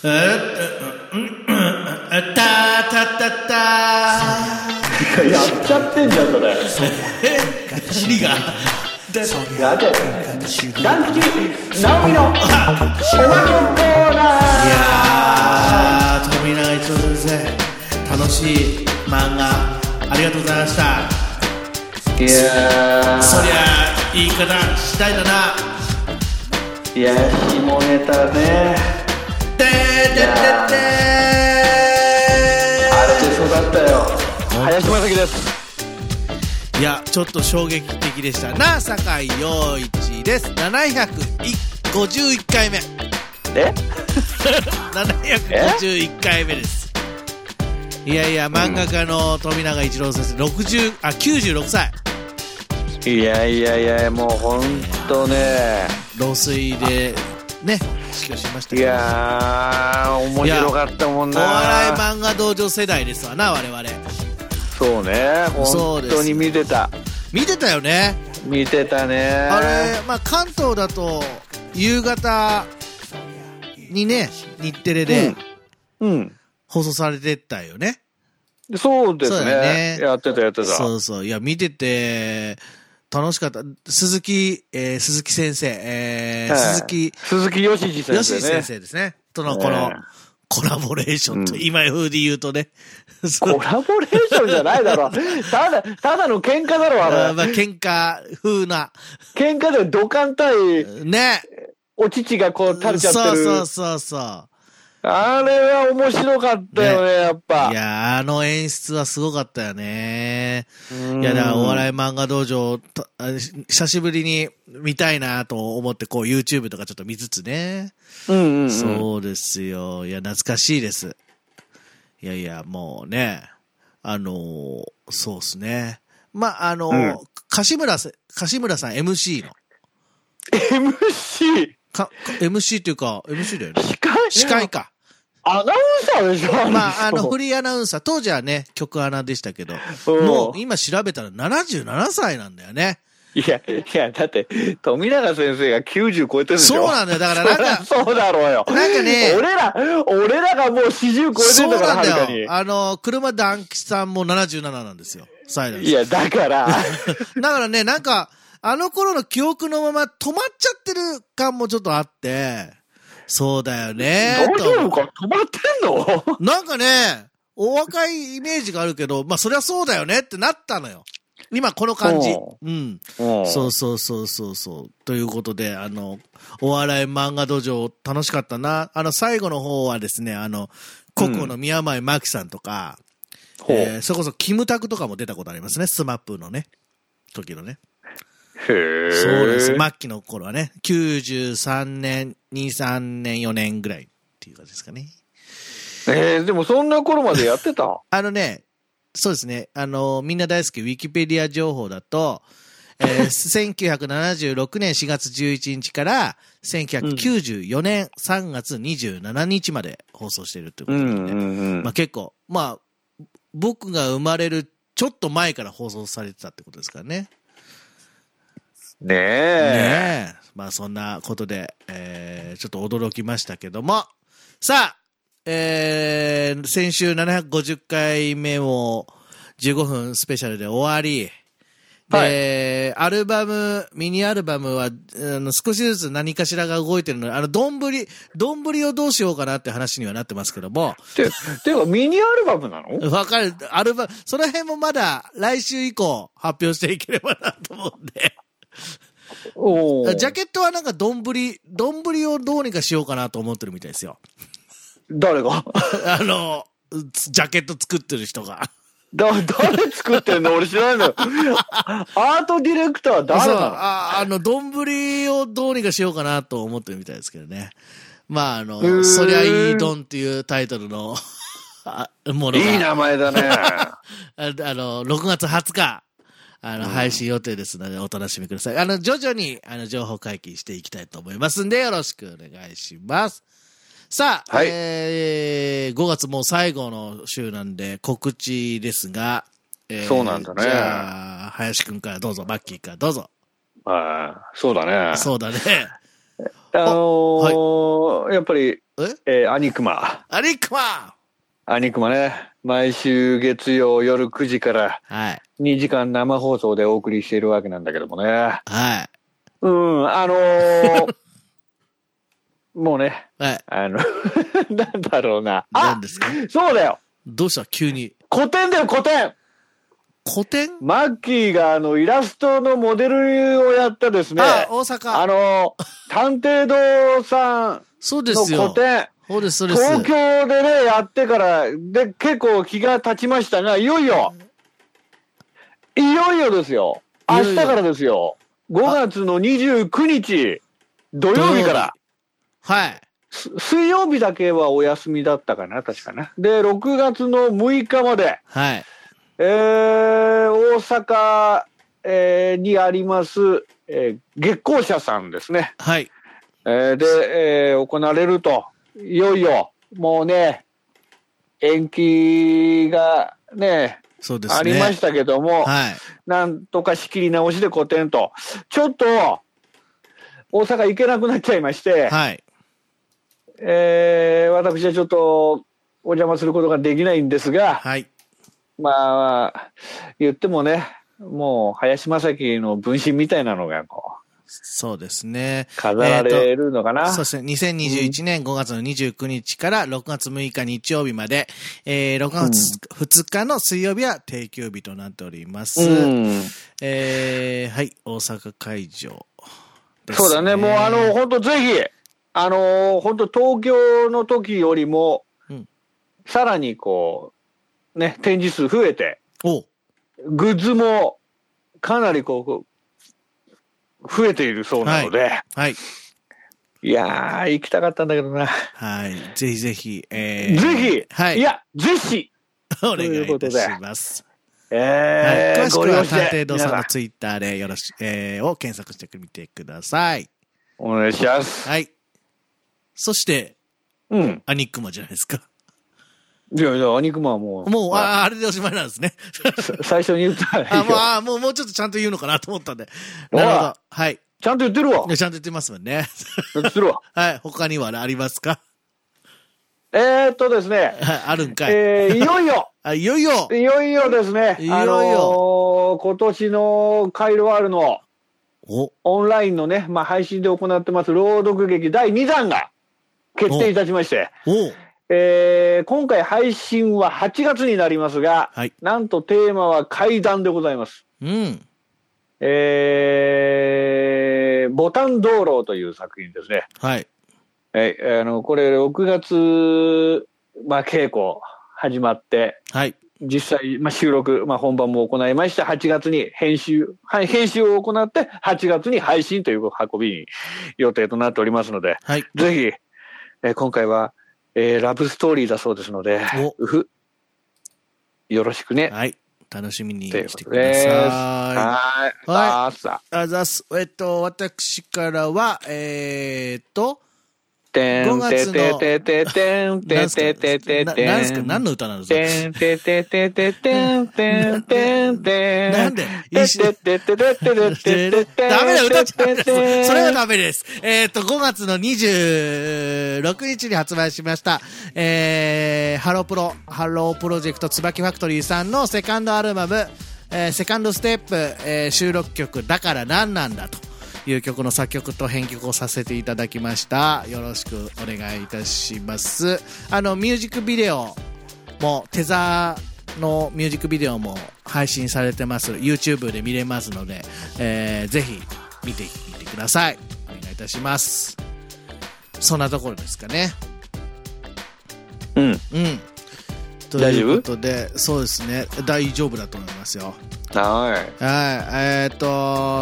やっちゃってんじゃんそれ。 何が？ やで、ダンキナオミのおまけコーナー。 いやー、富永一郎先生、楽しい漫画ありがとうございました。 いやー、 そりゃ言い方次第だな。 いや、下ネタね。あれで育ったよ。林正樹です。 いや、ちょっと衝撃的でしたな。酒井陽一です。751回目。751回目です。いやいや、漫画家の富永一郎先生、96歳。 いやいやいや、もうほんとね、 老衰でね、死去しましたけど。 いやー、面白かったもんな。 お笑い漫画道場世代ですわな、我々。 そうね、本当に見てた。 見てたよね。 見てたね。 あれ、まあ関東だと夕方にね、日テレで放送されてたよね。 そうですそうだね。やってた。 そうそう。いや、見てて楽しかった。鈴木先生、 鈴木よしじ先生ね。 よしじ先生ですね。とのこのコラボレーションと、今風で言うとね。 コラボレーションじゃないだろ。ただの喧嘩だろ、あれ。 まあ、喧嘩風な。 喧嘩でドカン対、 ね。 お乳がこう垂れちゃってる。 そう。 あれは面白かったよね、やっぱ。 いや、あの演出はすごかったよね。いや、だからお笑い漫画道場、久しぶりに見たいなと思って、こう YouTube とかちょっと見つつね。そうですよ。いや、懐かしいです。いや、もうね、そうですね。まあ、柏村さん MC の。MC っていうか、MC だよね。司会か。 アナウンサーでしょ。 まあ、フリーアナウンサー、当時はね、局アナでしたけど、もう今調べたら77歳なんだよね。 いや、だって、富永先生が90超えてるでしょ。 そうなんだよ。だからなんか、 そうだろうよ。 なんかね、 俺らがもう40超えてるんだから、はるかに。 車団吉さんも77なんですよ。 いや、だから。 だからね、なんか、あの頃の記憶のまま止まっちゃってる感もちょっとあって、そうだよね。 大丈夫か？止まってんの？ なんかね、お若いイメージがあるけど、まあそりゃそうだよねってなったのよ。今この感じ。そう。ということで、お笑い漫画道場楽しかったな。最後の方はですね、ココの宮前真紀さんとか、それこそキムタクとかも出たことありますね。スマップのね、時のね。そうです。末期の頃はね、93年、3年、4年ぐらいっていう感じですかね。 でもそんな頃までやってた？ そうですね。みんな大好きウィキペディア情報だと、1976年4月11日から1994年3月27日まで放送しているということでね。まあ結構、まあ、僕が生まれるちょっと前から放送されてたってことですからね。 ねえ。 まあそんなことで、ちょっと驚きましたけども。さあ、先週750回目を15分スペシャルで終わり、で、ミニアルバムは、少しずつ何かしらが動いてるので、丼をどうしようかなって話にはなってますけども。 てか、ミニアルバムなの？ わかる。その辺もまだ来週以降発表していければなと思うんで。ジャケットはなんか丼をどうにかしようかなと思ってるみたいですよ。 誰が？ ジャケット作ってる人が。 誰作ってんの？俺知らないのよ。アートディレクターは誰なの？ 丼をどうにかしようかなと思ってるみたいですけどね。まあそりゃいい丼っていうタイトルのものが。 いい名前だね。 6月20日。配信予定ですのでお楽しみください。徐々に、情報解禁していきたいと思いますんで、よろしくお願いします。さあ、5月もう最後の週なんで告知ですが、 そうなんだね。 じゃあ、林くんからどうぞ、マッキーからどうぞ。 そうだね。 そうだね。 やっぱり、 アニクマ。 アニクマアニクマね。毎週月曜夜9時から2時間生放送でお送りしているわけなんだけどもね。 はい。 もうね。 はい。 なんだろうな。 何ですか？ そうだよ。 どうした急に。 古典だよ、古典。 古典？ マッキーがイラストのモデルをやったですね。 大阪。 探偵堂さんの古典。 そうです、そうです。 東京でね、やってから、で、結構気が経ちましたが、いよいよですよ。明日からですよ。5月の29日、土曜日から。 はい。 水曜日だけはお休みだったかな、確かな。で、6月の6日まで。 はい。 大阪、にあります、月光社さんですね。 はい。 で、行われると。いよいよ、もうね、延期がね、 そうですね。 ありましたけども、 はい。 なんとか仕切り直しで古典と。ちょっと、大阪行けなくなっちゃいまして、 はい。 私はちょっとお邪魔することができないんですが、 はい。 まあ、言ってもね、もう、林正樹の分身みたいなのが、 そうですね。 飾られるのかな。 そうですね。2021年5月の29日から6月6日日曜日まで、6月2日の水曜日は定休日となっております。はい、大阪会場ですね。 そうだね。もう本当ぜひ、本当東京の時よりも、さらにね、展示数増えて、グッズもかなり増えているそうなので、 はい。 いやー、行きたかったんだけどな。 はい。ぜひぜひ、 ぜひ、 はい。 いや、ぜひ、 お願いいたします。 詳しくは探偵堂さんのツイッターでを検索してみてください。 お願いします。 はい。そして、アニクマじゃないですか。 いや、アニクマはもう。 あれでおしまいなんですね。 最初に言ったらもうちょっとちゃんと言うのかなと思ったんで。なるほど。はい。 ちゃんと言ってるわ。 ちゃんと言ってますもんね。 言ってるわ。 はい。他にはありますか？ ですね。 あるんかい。 いよいよ。 いよいよですね。今年のカイロワールのオンラインのね、配信で行ってます朗読劇第2弾が決定いたしまして。今回配信は8月になりますが、なんとテーマは怪談でございます。ボタン道路という作品ですね。 はい。 これ6月、稽古始まって、 はい。 実際、収録、本番も行いまして、8月に編集を行って、8月に配信という運び予定となっておりますので、 はい。 ぜひ、今回は、ラブストーリーだそうですので、よろしくね。 はい。楽しみにしてください。 はい。 私からは、5月の、何の歌なんですか？なんでダメだ、歌っちゃダメです。それはダメです。5月の26日に発売しました、ハロープロジェクト椿ファクトリーさんのセカンドアルバム、セカンドステップ、収録曲だからなんなんだという曲の作曲と編曲をさせていただきました。よろしくお願いいたします。ミュージックビデオもテザーのミュージックビデオも配信されてます。YouTube で見れますので、ぜひ見てみてください。お願いいたします。そんなところですかね。ということで、そうですね、大丈夫だと思いますよ。 はい。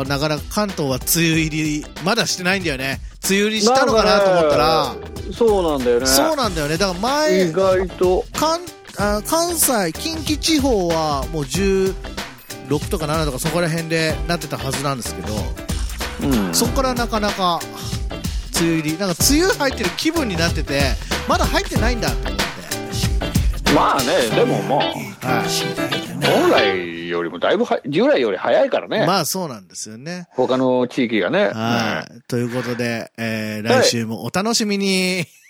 なかなか関東は梅雨入り、まだしてないんだよね。梅雨入りしたのかなと思ったら、 そうなんだよね。 そうなんだよね。だから意外と。 関西、近畿地方はもう16とか7とかそこら辺でなってたはずなんですけど、そこからなかなか梅雨入り、なんか梅雨入ってる気分になってて、まだ入ってないんだと思って。 でも本来よりもだいぶ従来より早いからね。 そうなんですよね。 他の地域がね。 ということで、来週もお楽しみに。